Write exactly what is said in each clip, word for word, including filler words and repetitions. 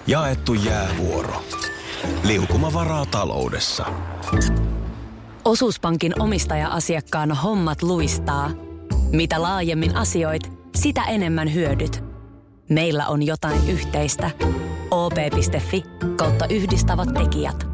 Jaettu jäävuoro. Liukumavaraa taloudessa. Osuuspankin omistaja-asiakkaan hommat luistaa. Mitä laajemmin asioit, sitä enemmän hyödyt. Meillä on jotain yhteistä. o p piste f i kautta yhdistävät tekijät.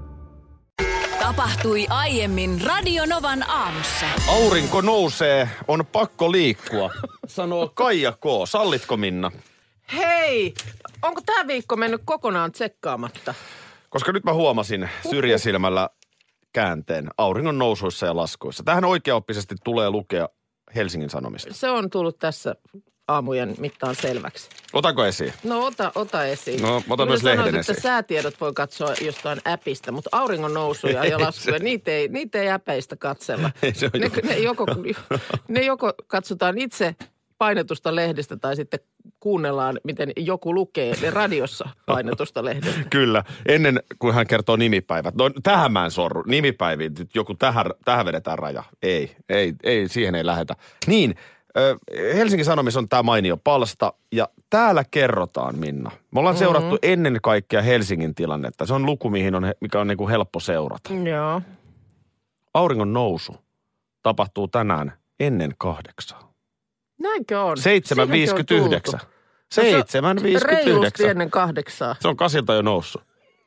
Tapahtui aiemmin Radio Novan aamussa. Aurinko nousee, on pakko liikkua, sanoo Kaija K. Sallitko, Minna? Hei, onko tämä viikko mennyt kokonaan tsekkaamatta? Koska nyt mä huomasin syrjäsilmällä käänteen auringon nousuissa ja laskuissa. Tähän oikeaoppisesti tulee lukea Helsingin Sanomista. Se on tullut tässä aamujen mittaan selväksi. Otako esiin? No ota, ota esiin. No ota myös lehden sanoit, esiin. että säätiedot voi katsoa jostain äpistä, mutta auringon nousuja ja laskuja, niitä ei, niitä ei äpeistä katsella. Ei, se on ne, ne, joko, ne joko katsotaan itse painetusta lehdestä tai sitten kuunnellaan, miten joku lukee ne radiossa painetusta lehdestä. Kyllä. Ennen kuin hän kertoo nimipäivät. No tähän mä en sorru. Nimipäiviin nyt joku tähän, tähän vedetään raja. Ei, ei, ei, siihen ei lähetä. Niin, Helsingin Sanomissa on tämä mainio palsta ja täällä kerrotaan, Minna. Me ollaan mm-hmm. seurattu ennen kaikkea Helsingin tilannetta. Se on luku, mihin on, mikä on niin kuin helppo seurata. Joo. Auringon nousu tapahtuu tänään ennen kahdeksaa. Näinkö on? seitsemän viisikymmentäyhdeksän. seitsemän viisikymmentäyhdeksän. Reilusti ennen kahdeksaa. Se on kasilta jo noussut.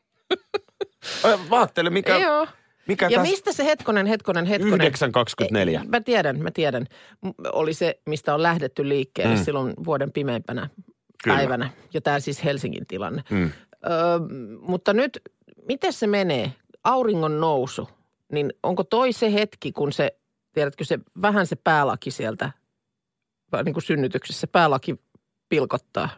Vaattele, mikä... Joo. Mikä ja täs... mistä se hetkonen, hetkonen, hetkonen? yhdeksän kaksikymmentäneljä. Mä tiedän, mä tiedän. Oli se, mistä on lähdetty liikkeelle mm. silloin vuoden pimeimpänä Kyllä. päivänä. Ja tämä siis Helsingin tilanne. Mm. Ö, mutta nyt, miten se menee? Auringon nousu. Niin onko toi se hetki, kun se, tiedätkö se, vähän se päälaki sieltä, niin kuin synnytyksessä, päälaki pilkottaa?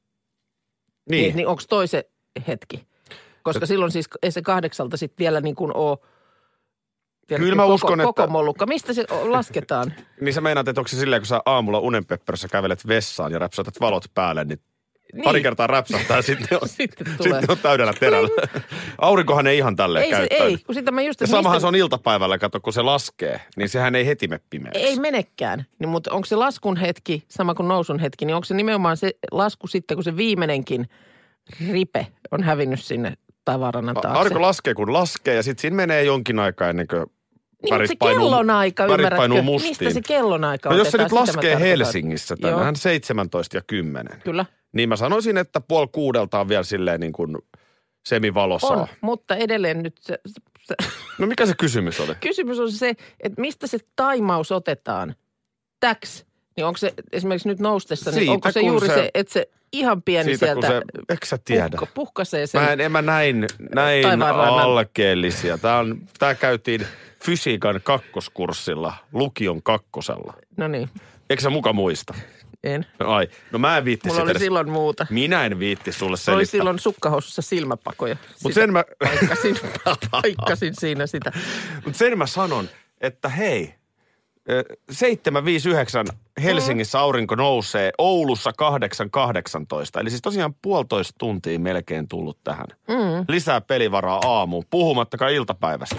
Niin. Niin, niin onko toi se hetki? Koska silloin siis ei se kahdeksalta sitten vielä niin kuin ole, tiedätkö, Kyllä mä koko, uskon, koko että... mollukka. Mistä se lasketaan? Niin sä meinaat, että onko se silleen, kun sä aamulla unenpepperässä kävelet vessaan ja räpsätät valot päälle, niin, niin. pari kertaa räpsähtää ja sitten on, sitten sitten on täydellä terällä. Aurinkohan ei ihan tälleen ei käyttäydy. Ei, kun sitä mä just... Ja samahan mistä... se on iltapäivällä, kato, kun se laskee, niin sehän ei heti mene pimeäksi. Ei menekään, niin, mutta onko se laskun hetki sama kuin nousun hetki, niin onko se nimenomaan se lasku sitten, kun se viimeinenkin ripe on hävinnyt sinne tavarana taakse? Aurinko laskee, kun laskee ja sitten siinä menee jonkin aikaa ennen kuin niin, värit se painuu, kellonaika, värit painuu mustiin. Mistä se kellonaika no, otetaan? jos se nyt laskee Helsingissä Joo. tänään seitsemäntoista ja kymmenen. Kyllä. Niin mä sanoisin, että puoli kuudelta on vielä silleen niin kuin semivalossa. On, mutta edelleen nyt se, se... No mikä se kysymys oli? Kysymys on se, että mistä se taimaus otetaan? Täks. Niin onko se esimerkiksi nyt noustessa, niin siitä, onko se juuri se, se, että se ihan pieni siitä, sieltä se, eikö sä tiedä? Puhka, puhkasee sen. Mä en, en mä näin, näin alkeellisia. Tää, on, tää käytiin fysiikan kakkoskurssilla, lukion kakkosella. No niin. Eikö sä muka muista? En. Ai, no mä en viitti Mulla sitä oli edes. silloin muuta. Minä en viitti sulle selittää. Oli silloin sukkahousussa silmäpakoja. Mut sen mä... Paikkasin, paikkasin siinä sitä. Mut sen mä sanon, että hei, seitsemän viisikymmentäyhdeksän Helsingissä aurinko nousee, Oulussa kahdeksan kahdeksantoista. Eli siis tosiaan puolitoista tuntia melkein tullut tähän. Mm. Lisää pelivaraa aamuun, puhumattakaan iltapäivästä.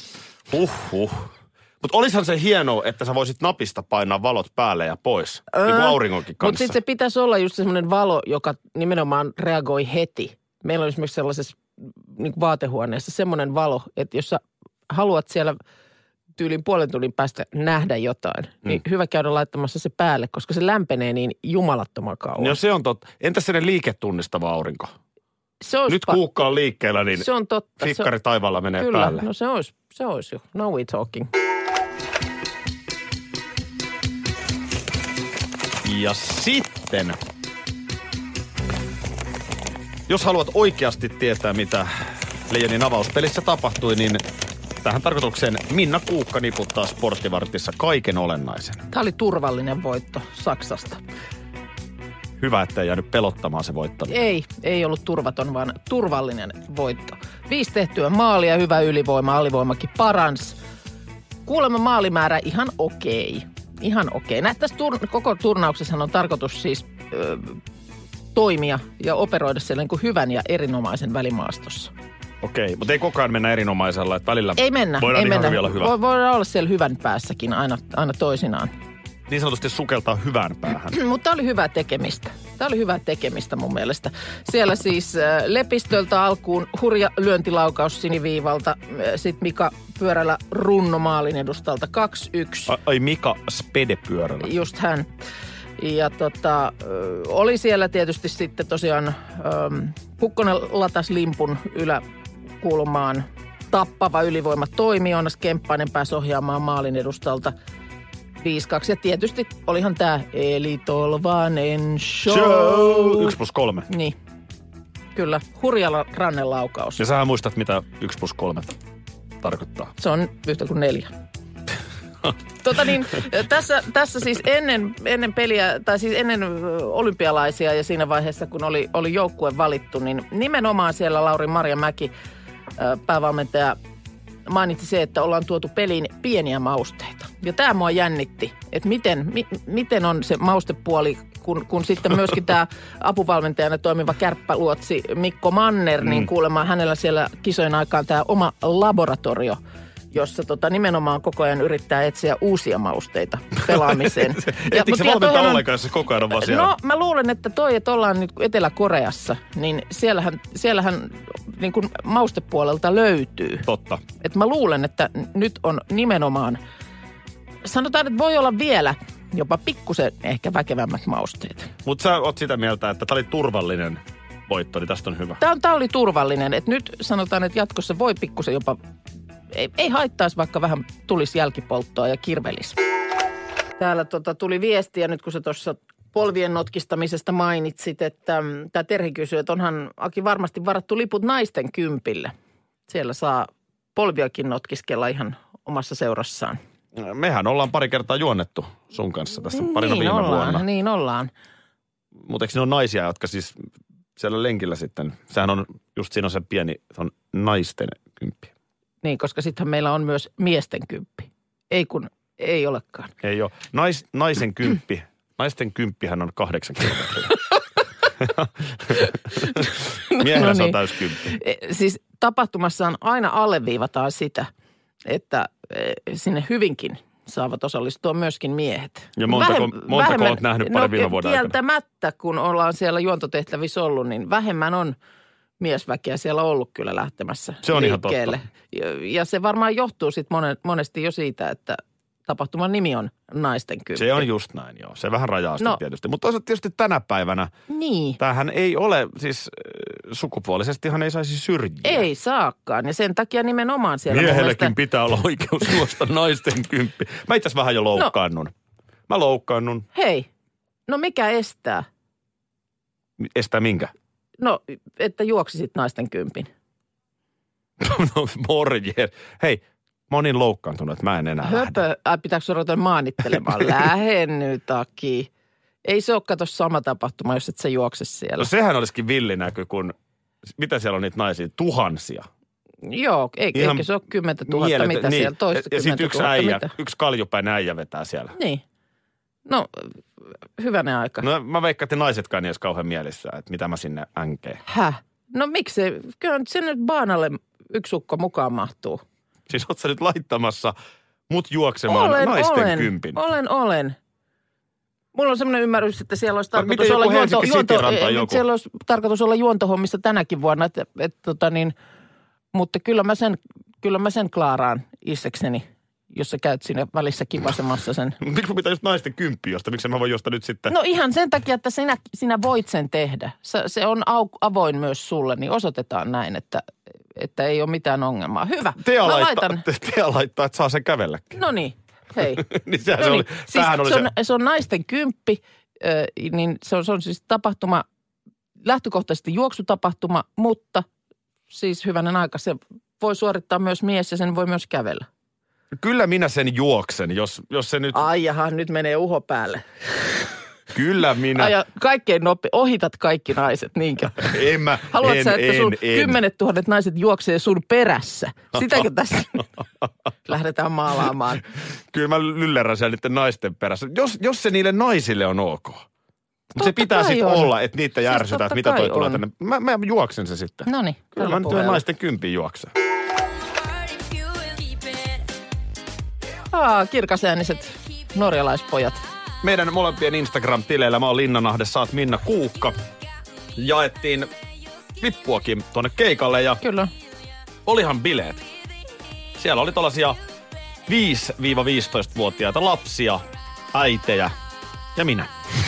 Huhhuh. Mutta olisihan se hienoa, että sä voisit napista painaa valot päälle ja pois, öö, niin kuin auringonkin kanssa. Mutta sitten se pitäisi olla just semmoinen valo, joka nimenomaan reagoi heti. Meillä on esimerkiksi sellaisessa niin kuin vaatehuoneessa semmoinen valo, että jos sä haluat siellä tyylin puolen tunnin päästä nähdä jotain, mm. niin hyvä käydä laittamassa se päälle, koska se lämpenee niin jumalattoman kauan. No se on totta. Entäs sellainen liiketunnistava aurinko? Se Nyt pa- kuukka on liikkeellä, niin se on totta. fikkari se taivaalla menee kyllä, päälle. No se olisi, se olisi jo. Now we talking. Ja sitten, jos haluat oikeasti tietää, mitä Leijonin avauspelissä tapahtui, niin tähän tarkoitukseen Minna Kuukka niputtaa Sporttivartissa kaiken olennaisen. Tämä oli turvallinen voitto Saksasta. Hyvä, että ei jäänyt pelottamaan se voittaminen. Ei, ei ollut turvaton, vaan turvallinen voitto. Viisi tehtyä maalia, hyvä ylivoima, alivoimakin parans. Kuulemma maalimäärä ihan okei. Ihan okei. Näet, tässä tur- koko turnauksessa on tarkoitus siis ö, toimia ja operoida siellä niin kuin hyvän ja erinomaisen välimaastossa. Okei, mutta ei koko ajan mennä erinomaisella, että välillä ei mennä, voidaan ei ihan mennä. hyvin olla hyvä. Voi, voidaan olla siellä hyvän päässäkin aina, aina toisinaan. Niin sanotusti sukeltaa hyvään päähän. Mutta oli hyvää tekemistä. Tämä oli hyvää tekemistä mun mielestä. Siellä siis äh, Lepistöltä alkuun hurja lyöntilaukaus siniviivalta. Sitten Mika Pyörällä runno maalin edustalta kaksi yksi. Ai Mika Spede-pyörällä. Just hän. Ja tota, oli siellä tietysti sitten tosiaan ähm, Kukkonen latas limpun yläkulmaan. Tappava ylivoima toimi. Joonas Kemppainen pääsi ohjaamaan maalin edustalta viisi kaksi. Ja tietysti olihan tämä Eli Tolvanen show. Show! Yksi plus kolme. Niin. Kyllä. Hurjalla rannelaukaus. Ja sähän muistat, mitä yksi plus kolme tarkoittaa. Se on yhtä kuin neljä. Tota niin, tässä, tässä siis ennen, ennen peliä, tai siis ennen olympialaisia ja siinä vaiheessa, kun oli, oli joukkue valittu, niin nimenomaan siellä Lauri Marja Mäki, päävalmentaja, mainitsi se, että ollaan tuotu peliin pieniä mausteita. Ja tämä mua jännitti, että miten, mi, miten on se maustepuoli, kun, kun sitten myöskin tämä apuvalmentajana toimiva kärppäluotsi Mikko Manner, mm. niin kuulemma hänellä siellä kisojen aikaan tämä oma laboratorio, jossa tota nimenomaan koko ajan yrittää etsiä uusia mausteita pelaamiseen. Ehtiikö se valmentaa ollenkaan, jos se koko ajan on vaan siellä? No mä luulen, että toi, että ollaan nyt Etelä-Koreassa, niin siellähän, siellähän niin kuin maustepuolelta löytyy. Totta. Että mä luulen, että nyt on nimenomaan, sanotaan, että voi olla vielä jopa pikkusen ehkä väkevämmät mausteet. Mutta sä oot sitä mieltä, että tää oli turvallinen voitto, niin tästä on hyvä. Tää, on, tää oli turvallinen, että nyt sanotaan, että jatkossa voi pikkusen jopa... Ei, ei haittaisi, vaikka vähän tulisi jälkipolttoa ja kirvelisi. Täällä tota, tuli viestiä nyt, kun sä tuossa polvien notkistamisesta mainitsit, että tämä Terhi kysyy, että onhan Aki varmasti varattu liput naisten kympille. Siellä saa polviakin notkiskella ihan omassa seurassaan. Mehän ollaan pari kertaa juonnettu sun kanssa tässä parina niin viime ollaan, vuonna. Niin ollaan. Mutta eikö ne ole naisia, jotka siis siellä lenkillä sitten, sehän on just siinä on se pieni, se on naisten kymppi. Niin, koska sittenhän meillä on myös miesten kymppi. Ei kun, ei olekaan. Ei ole. Nais, naisen kymppi, naisten kymppihän on kahdeksan kilometriä. Miehellä no niin. Se on täyskymppi. Siis tapahtumassaan aina alleviivataan sitä, että sinne hyvinkin saavat osallistua myöskin miehet. Ja montako, Vähem, montako vähemmän, olet nähnyt pari no, viime vuoden aikana? Kieltämättä, kun ollaan siellä juontotehtävissä ollut, niin vähemmän on miesväkeä siellä ollut kyllä lähtemässä se on liikkeelle. Ihan totta. Ja, ja se varmaan johtuu sitten monesti jo siitä, että tapahtuman nimi on naisten kymppi. Se on just näin, joo. Se vähän rajaa sitä no, tietysti. Mutta toisaalta tietysti tänä päivänä, niin. Tämähän ei ole, siis sukupuolisestihan ei saisi syrjiä. Ei saakaan, ja sen takia nimenomaan siellä miehelläkin mielestä... pitää olla oikeus juosta naisten kymppi. Mä itse asiassa vähän jo loukkaannun. No. Mä loukkaannun. Hei, no mikä estää? Estää minkä? No, että juoksisit naisten kympin. No morje. Hei, mä oon niin loukkaantunut, että mä en enää Höpö, lähde. Ai, pitääkö sä ruveta maanittelemaan? Lähenny Taki. Ei se ole kato sama tapahtuma, jos et sä juokse siellä. No sehän olisikin villinäky, kun, mitä siellä on niitä naisia? Tuhansia. Joo, eikö, eikö se ole kymmentä tuhatta, mielet, mitä niin, siellä, toista ja sitten yksi tuhatta, äijä, mitä? yksi kaljupäinen äijä vetää siellä. Niin. No, hyvänä aika. No mä veikkaan, että naisetkaan ei olisi kauhean mielissä, että mitä mä sinne änkeen. Häh? No miksi? Kyllä se nyt baanalle yksi ukko mukaan mahtuu. Siis oot sä nyt laittamassa mut juoksemaan olen, naisten olen, kympin? Olen, olen. Mulla on semmoinen ymmärrys, että siellä olisi no, tarkoitus olla juonto, juonto, joku? siellä olisi tarkoitus olla juontohommissa tänäkin vuonna, että, et, tota niin, mutta kyllä mä sen, kyllä mä sen klaaraan itsekseni, jos sä käyt siinä välissä kipasemassa sen. Miksi mun pitää just naisten kymppi josta? Miksi mä voin josta nyt sitten? No ihan sen takia, että sinä, sinä voit sen tehdä. Se, se on au, avoin myös sulle, niin osoitetaan näin, että, että ei ole mitään ongelmaa. Hyvä. Tea mä laittaa, laitan. te, tea laittaa, että saa sen kävelläkin. No niin, hei. niin sehän no se niin. oli. Siis oli se, on, se... se on naisten kymppi, äh, niin se on, se on siis tapahtuma, lähtökohtaisesti juoksutapahtuma, mutta siis hyvänen aika, se voi suorittaa myös mies ja sen voi myös kävellä. Kyllä minä sen juoksen, jos, jos se nyt... Ai jaha, nyt menee uho päälle. Kyllä minä... Ai ja kaikkein nope, ohitat kaikki naiset, niinkö? En mä, Haluatko en, sä, että sun en, kymmenet tuhannet naiset juoksee sun perässä? Sitäkö tässä lähdetään maalaamaan? Kyllä mä lyllerän siellä niiden naisten perässä. Jos, jos se niille naisille on ok. Mutta se pitää sitten olla, että niitä järsytään, että mitä toi on. Tulee tänne. Mä, mä juoksen se sitten. Noniin. Kyllä mä nyt naisten kympin juoksen. Aa, kirkasääniset norjalaispojat meidän molempien Instagram-tileillä, mä oon Linnanahde, sä oot Minna Kuukka, jaettiin lippuakin tuonne keikalle ja Kyllä. olihan bileet. Siellä oli tällaisia viisi-viisitoistavuotiaita lapsia, äitejä ja minä.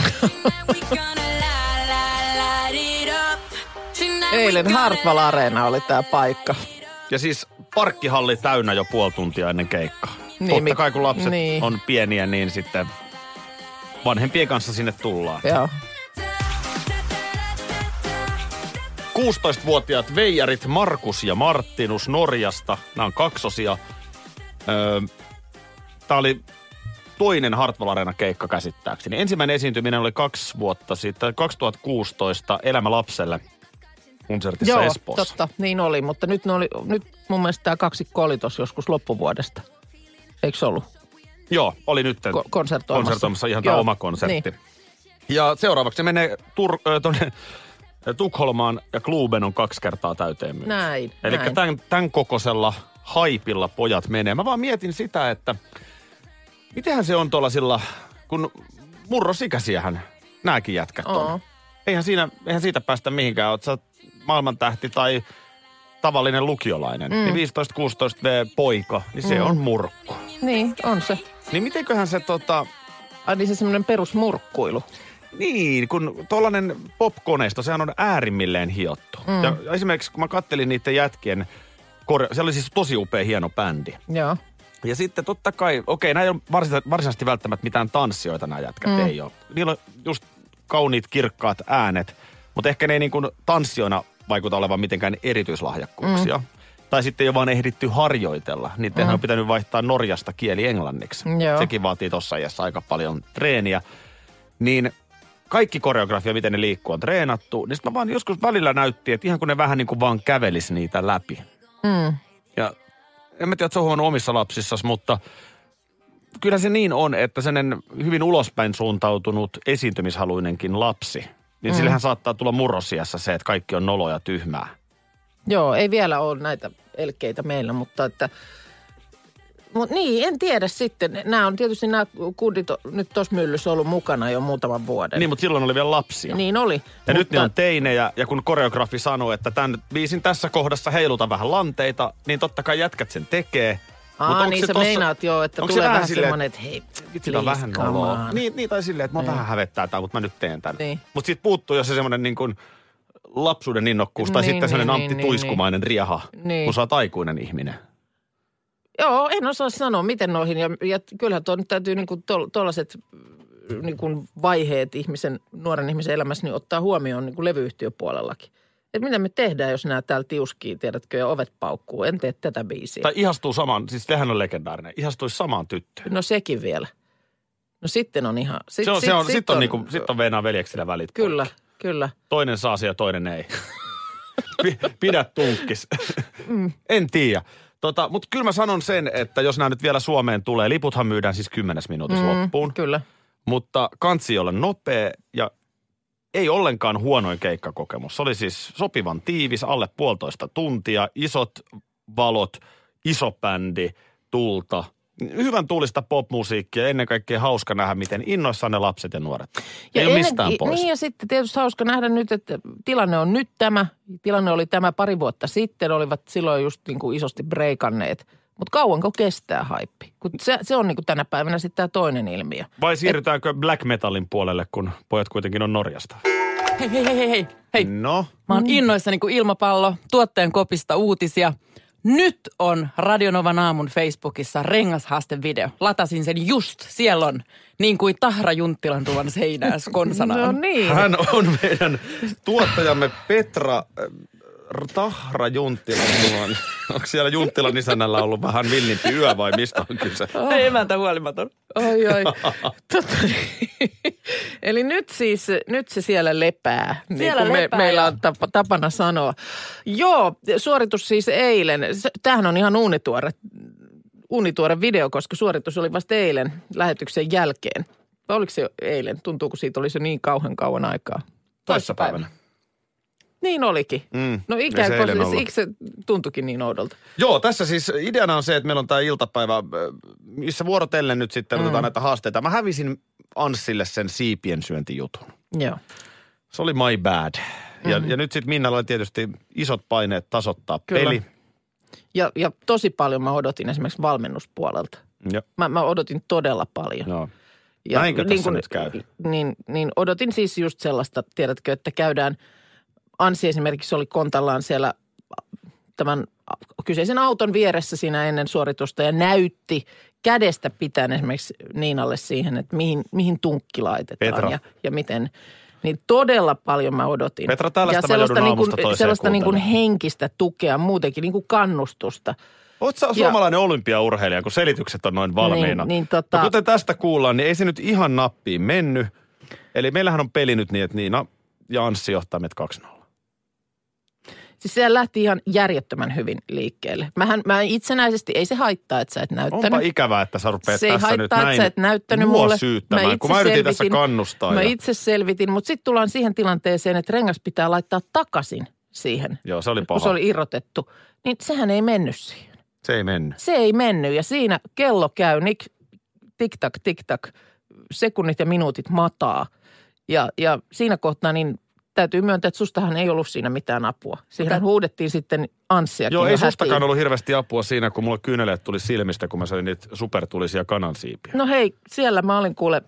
Eilen Hartwall Areena oli tää paikka. Ja siis parkkihalli täynnä jo puoli tuntia ennen keikkaa. Niin, Totta kai kun lapset niin. on pieniä, niin sitten vanhempien kanssa sinne tullaan. Joo. kuusitoistavuotiaat veijarit Markus ja Martinus Norjasta. Nämä on kaksosia. Öö, Tämä oli toinen Hartwall Areena keikka käsittääkseni. Ensimmäinen esiintyminen oli kaksi vuotta sitten, kaksituhattakuusitoista Elämä lapselle konsertissa Joo, Espoossa. totta, niin oli, mutta nyt, ne oli, nyt mun mielestä tämä kaksikko oli tuossa joskus loppuvuodesta. Eikö se ollut? Joo, oli nyt Ko- konsertoimassa. konsertoimassa ihan tämä oma konsertti. Niin. Ja seuraavaksi se menee Tur- äh, tonne Tukholmaan ja Kluben on kaksi kertaa täyteen myös. Näin, Eli näin. tämän, tämän kokoisella haipilla pojat menee. Mä vaan mietin sitä, että mitenhän se on tuollaisilla, kun murrosikäisiähän nääkin jätkät on. Oo. Eihän, siinä, eihän siitä päästä mihinkään. Oot sä maailmantähti tai tavallinen lukiolainen. Mm. Niin viisitoista kuusitoista V-poika, niin se mm. on murkku. Niin, on se. Niin mitenköhän se tota... Ai niin se semmoinen perusmurkkuilu. Niin, kun tollainen pop-koneisto, sehän on äärimmilleen hiottu. Mm. Ja esimerkiksi kun mä kattelin niiden jätkien, korja- se oli siis tosi upea hieno bändi. Joo. Ja sitten totta kai, okei, nämä ei ole varsinaisesti, varsinaisesti välttämättä mitään tanssijoita nämä jätkät, mm. ei ole. Niillä on just kauniit, kirkkaat äänet, mutta ehkä ne ei niin kuin tanssijoina vaikuta olevan mitenkään erityislahjakkuuksia. Mm. Tai sitten ei ole vaan ehditty harjoitella. Niiden mm. on pitänyt vaihtaa Norjasta kieli englanniksi. Joo. Sekin vaatii tuossa iässä aika paljon treeniä. Niin kaikki koreografia, miten ne liikkuu, on treenattu. Niin sitten mä vaan joskus välillä näytti, että ihan kun ne vähän niin kuin vaan kävelisi niitä läpi. Mm. Ja en mä tiedä, että se on huono omissa lapsissasi, mutta kyllä se niin on, että sellainen hyvin ulospäin suuntautunut esiintymishaluinenkin lapsi, niin mm. sillähän saattaa tulla murrosiässä se, että kaikki on noloa ja tyhmää. Joo, ei vielä ole näitä elkeitä meillä, mutta että... Mut niin, en tiedä sitten. Nämä on tietysti nämä kundit on nyt tuossa myllyssä ollut mukana jo muutaman vuoden. Niin, mutta silloin oli vielä lapsia. Niin oli. Ja mutta... nyt ne on teinejä, ja kun koreografi sanoo, että tämän biisin tässä kohdassa heiluta vähän lanteita, niin totta kai jätkät sen tekee. Aa, niin sä tossa... meinaat joo, että tulee vähän semmoinen, että hei, vitsi on vähän noloa. Niin, niin, tai silleen, että mä vähän hävettää tää, mutta mä nyt teen tän. Niin. Mutta siitä puuttuu jo se semmoinen niin kuin lapsuuden innokkuus, tai niin, sitten semmoinen niin, Antti niin, Tuiskumainen niin. riaha, niin. kun sä oot aikuinen ihminen. Joo, en osaa sanoa, miten noihin. Ja, ja kyllähän tuo nyt täytyy niinku tuollaiset niinku vaiheet ihmisen, nuoren ihmisen elämässä niin ottaa huomioon niinku levyyhtiöpuolellakin. Että mitä me tehdään, jos nämä täällä tiuskii, tiedätkö, ja ovet paukkuu. En tee tätä biisiä. Tai ihastuu samaan, siis tehän on legendaarinen, ihastuisi samaan tyttöön. No sekin vielä. No sitten on ihan... Sit, se on, sit, se on, sit, sit on, on, niinku, sit on Veenaan veljeksillä välit. Kyllä, poikki. kyllä. Toinen saa se ja toinen ei. Pidä tunkkis. mm. En tiedä. Tota, mutta kyllä mä sanon sen, että jos nämä nyt vielä Suomeen tulee, liputhan myydään siis kymmenes minuutissa mm, loppuun. Kyllä. Mutta kansi olla nopea ja ei ollenkaan huonoin keikkakokemus. Se oli siis sopivan tiivis, alle puolitoista tuntia, isot valot, iso bändi, tulta. Hyvän tuulista popmusiikkia ja ennen kaikkea hauska nähdä, miten innoissaan ne lapset ja nuoret. Ja ei ole ennen, mistään pois. Niin ja sitten tietysti hauska nähdä nyt, että tilanne on nyt tämä. Tilanne oli tämä pari vuotta sitten, olivat silloin just niin kuin isosti breikanneet. Mutta kauanko kestää haippi? Kun se, se on niin kuin tänä päivänä sitten tämä toinen ilmiö. Vai siirrytäänkö Et, black metalin puolelle, kun pojat kuitenkin on Norjasta? Hei, hei, hei, hei, hei. No? Mä oon innoissani kuin ilmapallo, tuotteen kopista uutisia. Nyt on Radionovan aamun Facebookissa rengashaastevideo. Latasin sen just. Siellä on niin kuin Tahra Junttilan ruvan seinää skonsana. No niin. Hän on meidän tuottajamme Petra äh, Tahra Junttilan ruvan. Onko siellä Junttilan isännällä ollut vähän villimpi yö vai mistä on kyse? Oh. Emäntä huolimaton. Oi, oi. Totta. Eli nyt siis, nyt se siellä lepää, siellä niin kuin lepää, me, meillä ja... on tap, tapana sanoa. Joo, suoritus siis eilen. Tämähän on ihan uunituore, uunituore video, koska suoritus oli vasta eilen lähetyksen jälkeen. Vai oliko se eilen? Tuntuuko siitä olisi jo niin kauhean kauan aikaa? Toissapäivänä. Niin olikin. Mm, No ei ikään se kuin, eilen siis, ollut. eikö se tuntukin niin oudolta? Joo, tässä siis ideana on se, että meillä on tämä iltapäivä, äh, missä vuorotellen nyt sitten mm. otetaan näitä haasteita. Mä hävisin Anssille sen siipien syöntijutun. Joo. Se oli my bad. Ja, Mm-hmm. ja nyt sitten Minnalla oli tietysti isot paineet tasoittaa Kyllä. peli. Ja, ja tosi paljon mä odotin esimerkiksi valmennuspuolelta. Ja, Mä, mä odotin todella paljon. no. Ja Näinkö tässä kun- nyt käy? Niin, niin odotin siis just sellaista, tiedätkö, että käydään, Anssi esimerkiksi oli kontallaan siellä tämän kyseisen auton vieressä siinä ennen suoritusta ja näytti kädestä pitäen esimerkiksi Niinalle siihen, että mihin, mihin tunkki laitetaan Petra. ja, ja miten. Niin todella paljon mä odotin. Petra, tällaista ja mä sellaista, joudun niin aamusta kuin, toiseen sellaista niin kuin kuuntelemaan. henkistä tukea, muutenkin niin kuin kannustusta. Oot sä suomalainen olympiaurheilija, kun selitykset on noin valmiina. Niin, niin tota- No, kuten tästä kuullaan, niin ei se nyt ihan nappiin mennyt. Eli meillähän on peli nyt niin, että Niina ja Anssi johtaa meitä kaksi nolla. Siis se lähti ihan järjettömän hyvin liikkeelle. Mähän, mä itsenäisesti, ei se haittaa, että sä et näyttänyt. Onpa ikävää, että sä rupeat Se ei tässä nyt haittaa, että näin sä et näyttänyt mua mulle. syyttämään, Mä kun itse mä yritin tässä selvitin. kannustaa. Mä ja... itse selvitin, mutta sitten tullaan siihen tilanteeseen, että rengas pitää laittaa takaisin siihen, Joo, se oli kun paha. se oli irrotettu. Niin sehän ei mennyt siihen. Se ei mennyt. Se ei mennyt ja siinä kello käy nik, tik-tak, tik-tak, sekunnit ja minuutit mataa. Ja, ja siinä kohtaa niin täytyy myöntää, että sustahan ei ollut siinä mitään apua. Siihen huudettiin sitten Anssiakin. Joo, jo ei hätiin. sustakaan ollut hirveästi apua siinä, kun mulla kyyneleet tuli silmistä, kun mä söin niitä supertulisia kanansiipiä. No hei, siellä mä olin kuule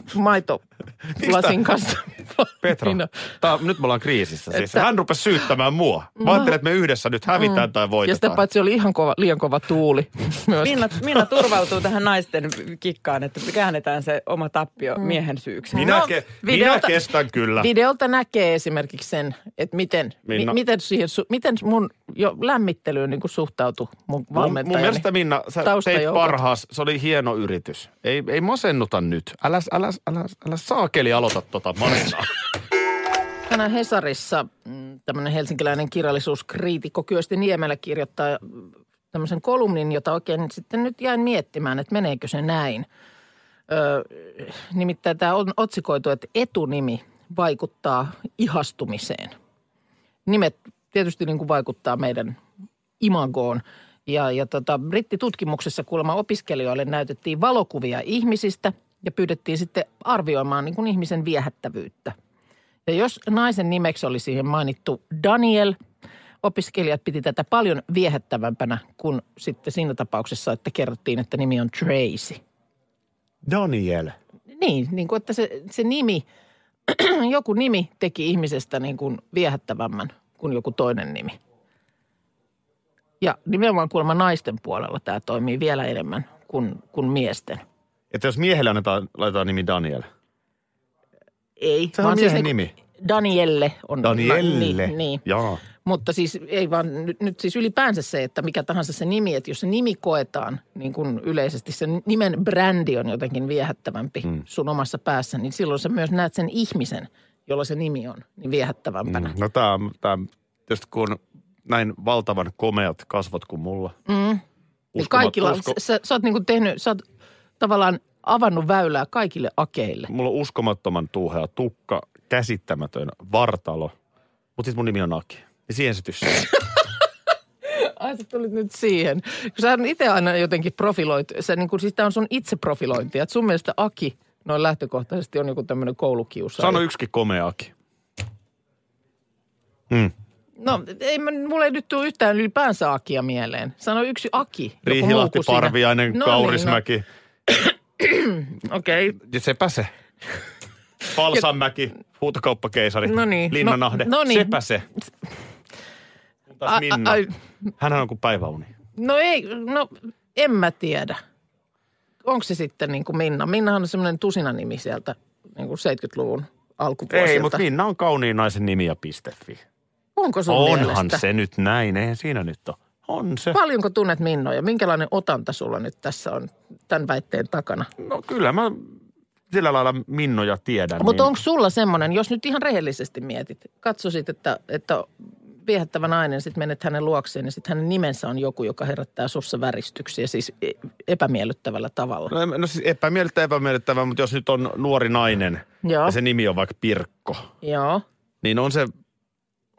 maitolasin kanssa. Petra, Niin, tää, nyt me ollaan kriisissä. Siis Että- hän rupesi syyttämään mua. Mä ajattelin, että me yhdessä nyt hävitään tai Ja sitä voitetaan. paitsi oli ihan kova, liian kova tuuli myös. Minna, Minna turvautuu tähän naisten kikkaan, että käännetään se oma tappio miehen syyksi. Minä, No, ke, minä videolta- kestän kyllä. Videolta näkee esimerkiksi sen, että miten, mi, Minna. miten, siihen, su- miten mun jo lämmittelyyn niin kuin suhtautui mun Mun, valmentajani. mun mielestä Minna, sä teit taustajoukot. parhaas. Se oli hieno yritys. Ei, ei masennuta nyt. Älä, älä, älä, älä saakeli aloita tota masennaa. Tänään Hesarissa mm, tämmöinen helsinkiläinen kirjallisuuskriitikko Kyösti Niemelä kirjoittaa mm, tämmöisen kolumnin, jota oikein sitten nyt jäin miettimään, että meneekö se näin. Öö, nimittäin tämä on otsikoitu, että etunimi vaikuttaa ihastumiseen. Nimet tietysti niin kuin vaikuttaa meidän imagoon. Ja, ja tota, brittitutkimuksessa kuulemma opiskelijoille näytettiin valokuvia ihmisistä ja pyydettiin sitten arvioimaan niin kuin ihmisen viehättävyyttä. Ja jos naisen nimeksi oli siihen mainittu Daniel, opiskelijat piti tätä paljon viehättävämpänä kuin sitten siinä tapauksessa, että kerrottiin, että nimi on Tracy. Daniel. Niin, niin kuin että se, se nimi, joku nimi teki ihmisestä niin kuin viehättävämmän kuin joku toinen nimi. Ja nimenomaan kuulemma naisten puolella tämä toimii vielä enemmän kuin, kuin miesten. Että jos miehelle annetaan, laitetaan nimi Daniel. Ei. Sehän on siis miehen niin kuin nimi. Danielle on. Danielle. Niin, niin. Jaa. Mutta siis ei vaan, nyt, nyt siis ylipäänsä se, että mikä tahansa se nimi, että jos se nimi koetaan niin kuin yleisesti, se nimen brändi on jotenkin viehättävämpi hmm. sun omassa päässä, niin silloin sä myös näet sen ihmisen, jolla se nimi on, niin viehättävämpänä. Mm. No tää, tää, tietysti kun näin valtavan komeat kasvot kuin mulla. Mm. Ja Uskomat- kaikilla, usko- sä, sä oot niin kuin tehnyt, sä oot tavallaan avannut väylää kaikille akeille. Mulla on uskomattoman tuuhea tukka, käsittämätön vartalo, mutta sitten mun nimi on Aki. Ja siihen se tyssää. Ai sä tulit nyt siihen. Kun sä itse aina jotenkin profiloit, sä niin kuin, siis tää on sun itseprofilointi, että sun mielestä Aki noin lähtökohtaisesti on joku tämmöinen koulukiusaaja. Sano yksikin komea Aki. Mm. No ei, mä- mulla ei nyt tule yhtään ylipäänsä Akia mieleen. Sano yksi Aki. joku muu Riihilahti, kuin sinä. Parviainen, No Kaurismäki. Niin, no. Okei. Okay. Ja sepä se. Palsanmäki, huutokauppakeisari, No niin. Linnanahde. No- no niin. Sepä se. Kun taas A- a- Minna. ai. Hänhän on kuin päiväuni. No ei, no en mä tiedä. Onko se sitten niin kuin Minna? Minnahan on semmoinen tusinanimi sieltä niin kuin seitsemänkymmentäluvun alkuvuosilta. Ei, mutta Minna on kauniin naisen nimi ja piste.fi. Onko sun Onhan mielestä? se nyt näin, eihän siinä nyt ole. On se. Paljonko tunnet Minnoja? Minkälainen otanta sulla nyt tässä on tämän väitteen takana? No kyllä mä sillä lailla Minnoja tiedän. Mutta niin... onko sulla semmoinen, jos nyt ihan rehellisesti mietit, katsoisit, että, että viehättävä nainen, sitten menet hänen luokseen ja sitten hänen nimensä on joku, joka herättää sussa väristyksiä, siis e- epämiellyttävällä tavalla. No, no siis epämiellyttävä, epämiellyttävä, mutta jos nyt on nuori nainen Joo. ja se nimi on vaikka Pirkko, Joo. niin on se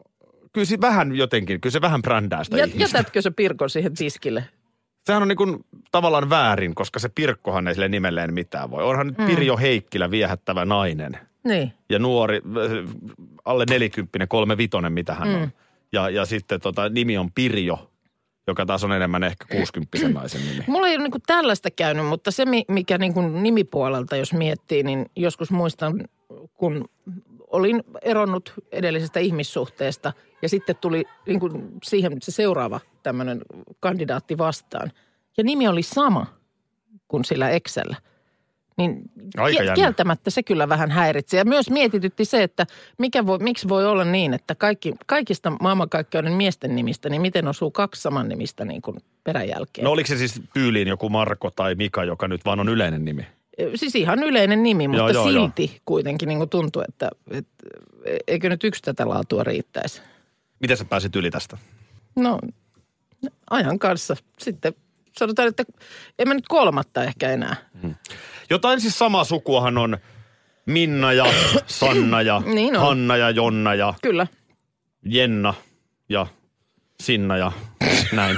kyllä se vähän jotenkin, kyllä se vähän brändää sitä Jät, ihmistä. Jätätkö se Pirkon siihen tiskille? Sehän on niin kuin tavallaan väärin, koska se Pirkkohan ei sille nimelleen mitään voi. Onhan nyt mm. Pirjo Heikkilä viehättävä nainen. Niin. Ja nuori, alle nelikymppinen, kolme vitonen, mitä hän mm. on. Ja, ja sitten tota, nimi on Pirjo, joka taas on enemmän ehkä kuusikymppisen naisen nimi. Mulla ei ole niin kuin tällaista käynyt, mutta se, mikä niin kuin nimipuolelta, jos miettii, niin joskus muistan, kun olin eronnut edellisestä ihmissuhteesta ja sitten tuli niin kuin siihen se seuraava tämmöinen kandidaatti vastaan. Ja nimi oli sama kuin sillä Excellä. Niin Aika kieltämättä se kyllä vähän häiritsi. Ja myös mietitytti se, että mikä voi, miksi voi olla niin, että kaikki, kaikista maailmankaikkeuden miesten nimistä, niin miten osuu kaksi saman nimistä niin kuin peräjälkeen. No oliko se siis tyyliin joku Marko tai Mika, joka nyt vaan on yleinen nimi? Siis ihan yleinen nimi, mutta joo, joo, silti joo. kuitenkin niin kuin tuntuu, että, että eikö nyt yksi tätä laatua riittäisi. Miten sä pääsit yli tästä? No ajan kanssa. Sitten sanotaan, että en mä nyt kolmatta ehkä enää. Hmm. Jotain siis samaa sukuahan on Minna ja Sanna ja niin on. Hanna ja Jonna ja Kyllä. Jenna ja Sinna ja näin.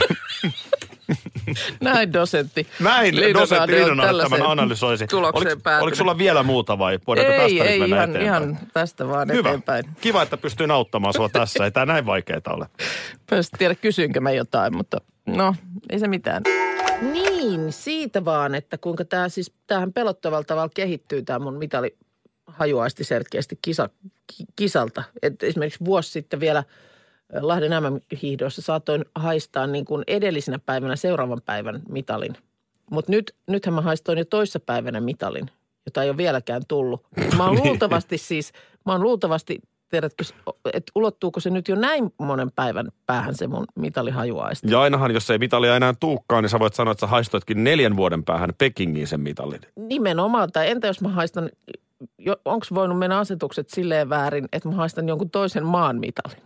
Näin dosentti. Näin dosentti Linnanahde tämän analysoisi. Tulokseen päätynyt. Oliko sulla vielä muuta vai voidaanko ei, tästä ei, nyt mennä ihan, eteenpäin? ihan tästä vaan Hyvä. eteenpäin. Kiva, että pystyin auttamaan sua tässä. Ei tää näin vaikeaa ole. Mä en tiedä, kysyinkö mä jotain, mutta no, ei se mitään. Niin, siitä vaan, että kuinka tämä siis, tämähän pelottavalla tavalla kehittyy tämä mun mitali hajuaisti selkeästi kisa, ki, kisalta. Et esimerkiksi vuosi sitten vielä Lahden äm äm-hiihdoissa saatoin haistaa niin kuin edellisenä päivänä seuraavan päivän mitalin. Mutta nyt, nythän mä haistoin jo toissa päivänä mitalin, jota ei ole vieläkään tullut. Mä oon luultavasti siis, mä oon luultavasti, tiedätkö, että ulottuuko se nyt jo näin monen päivän päähän se mun mitalihajuaisti. Ja ainahan, jos ei mitalia enää tuukkaan, niin sä voit sanoa, että sä haistoitkin neljän vuoden päähän Pekingiin sen mitalin. Nimenomaan. Tai entä jos mä haistan, onko voinut mennä asetukset silleen väärin, että mä haistan jonkun toisen maan mitalin?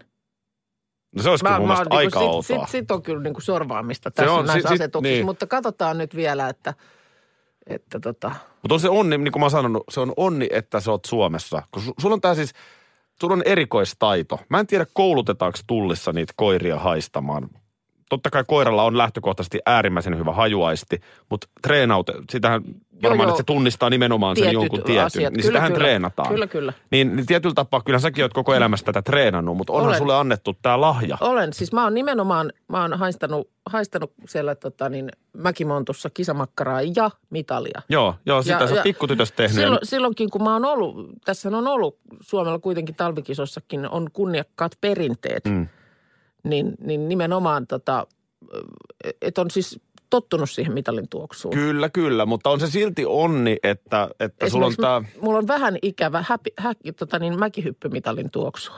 No se olisi kyllä mun mielestä aika niin outoa. Sitten sit on kyllä niin kuin sorvaamista tässä on, näissä sit, asetuksissa, niin. Mutta katsotaan nyt vielä, että, että tota. Mutta on se onni, niin kuin mä oon sanonut, se on onni, että sä oot Suomessa. Kun su, sulla on tää siis, sulla on erikoistaito. Mä en tiedä, koulutetaanko Tullissa niitä koiria haistamaan. Totta kai koiralla on lähtökohtaisesti äärimmäisen hyvä hajuaisti, mutta treenaut, sitähän varmaan, että se tunnistaa nimenomaan sen jonkun tietyn, asiat. Niin kyllä, sitähän kyllä. treenataan. Kyllä, kyllä. Niin, niin tietyllä tapaa, kyllähän säkin oot koko elämässä tätä treenannut, mutta onhan Olen. sulle annettu tää lahja. Olen, siis mä oon nimenomaan, mä oon haistanut, haistanut siellä tota niin, Mäkimontussa kisamakkaraa ja mitalia. Joo, joo, sitä ja, sä oot pikkutytöstä tehnyt. Silloin, silloinkin kun mä oon ollut, tässä on ollut Suomella kuitenkin talvikisossakin on kunniakkaat perinteet. Mm. Niin, niin nimenomaan, tota, että on siis tottunut siihen mitalin tuoksuun. Kyllä, kyllä, mutta on se silti onni, että, että sulla on tämä. Mulla on vähän ikävä häpi, hä, tota niin, mäkihyppymitalin tuoksua.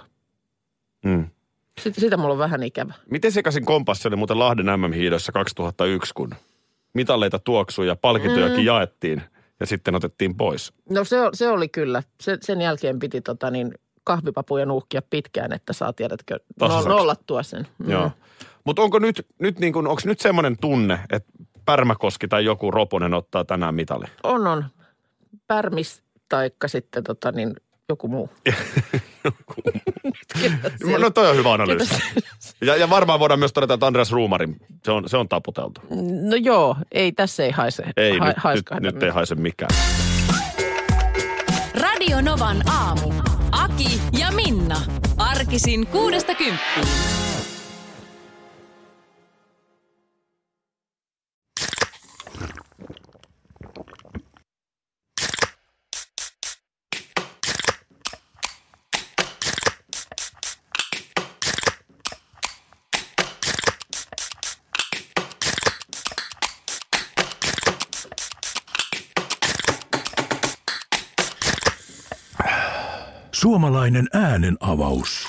Mm. Sitä, sitä mulla on vähän ikävä. Miten sekaisin kompassi oli muuten Lahden äm äm-hiihdossa kaksituhattayksi, kun mitaleita tuoksui ja palkintojakin mm. jaettiin ja sitten otettiin pois? No se, se oli kyllä. Se, sen jälkeen piti tota niin, kahvipapuja nuuhkia pitkään, että saa tiedätkö no, nollattua sen. Mm. Joo. Mutta onko nyt, nyt, niin kun, onko nyt semmoinen tunne, että Pärmäkoski tai joku Roponen ottaa tänään mitali? On, on. Pärmis taikka sitten tota niin, joku muu. joku muu. No toi on hyvä analyysi. Ja, ja varmaan voidaan myös todeta, että Andreas Ruumarin, se on, se on taputeltu. No joo, ei tässä ei haise. Ei, ha, nyt, nyt, nyt ei haise mikään. Radio Novan aamu. Aki ja Minna. Arkisin kuudesta kymppiin. Suomalainen äänen avaus.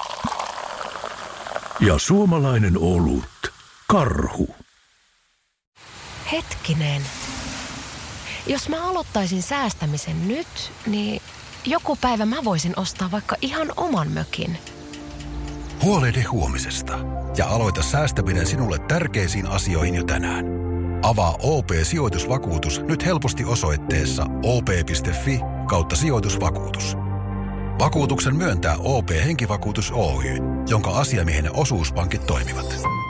Ja suomalainen olut. Karhu. Hetkinen. Jos mä aloittaisin säästämisen nyt, niin joku päivä mä voisin ostaa vaikka ihan oman mökin. Huolehdi huomisesta ja aloita säästäminen sinulle tärkeisiin asioihin jo tänään. Avaa O P-sijoitusvakuutus nyt helposti osoitteessa op piste fi kautta sijoitusvakuutus. Vakuutuksen myöntää O P-henkivakuutus Oy, jonka asiamiehen osuuspankit toimivat.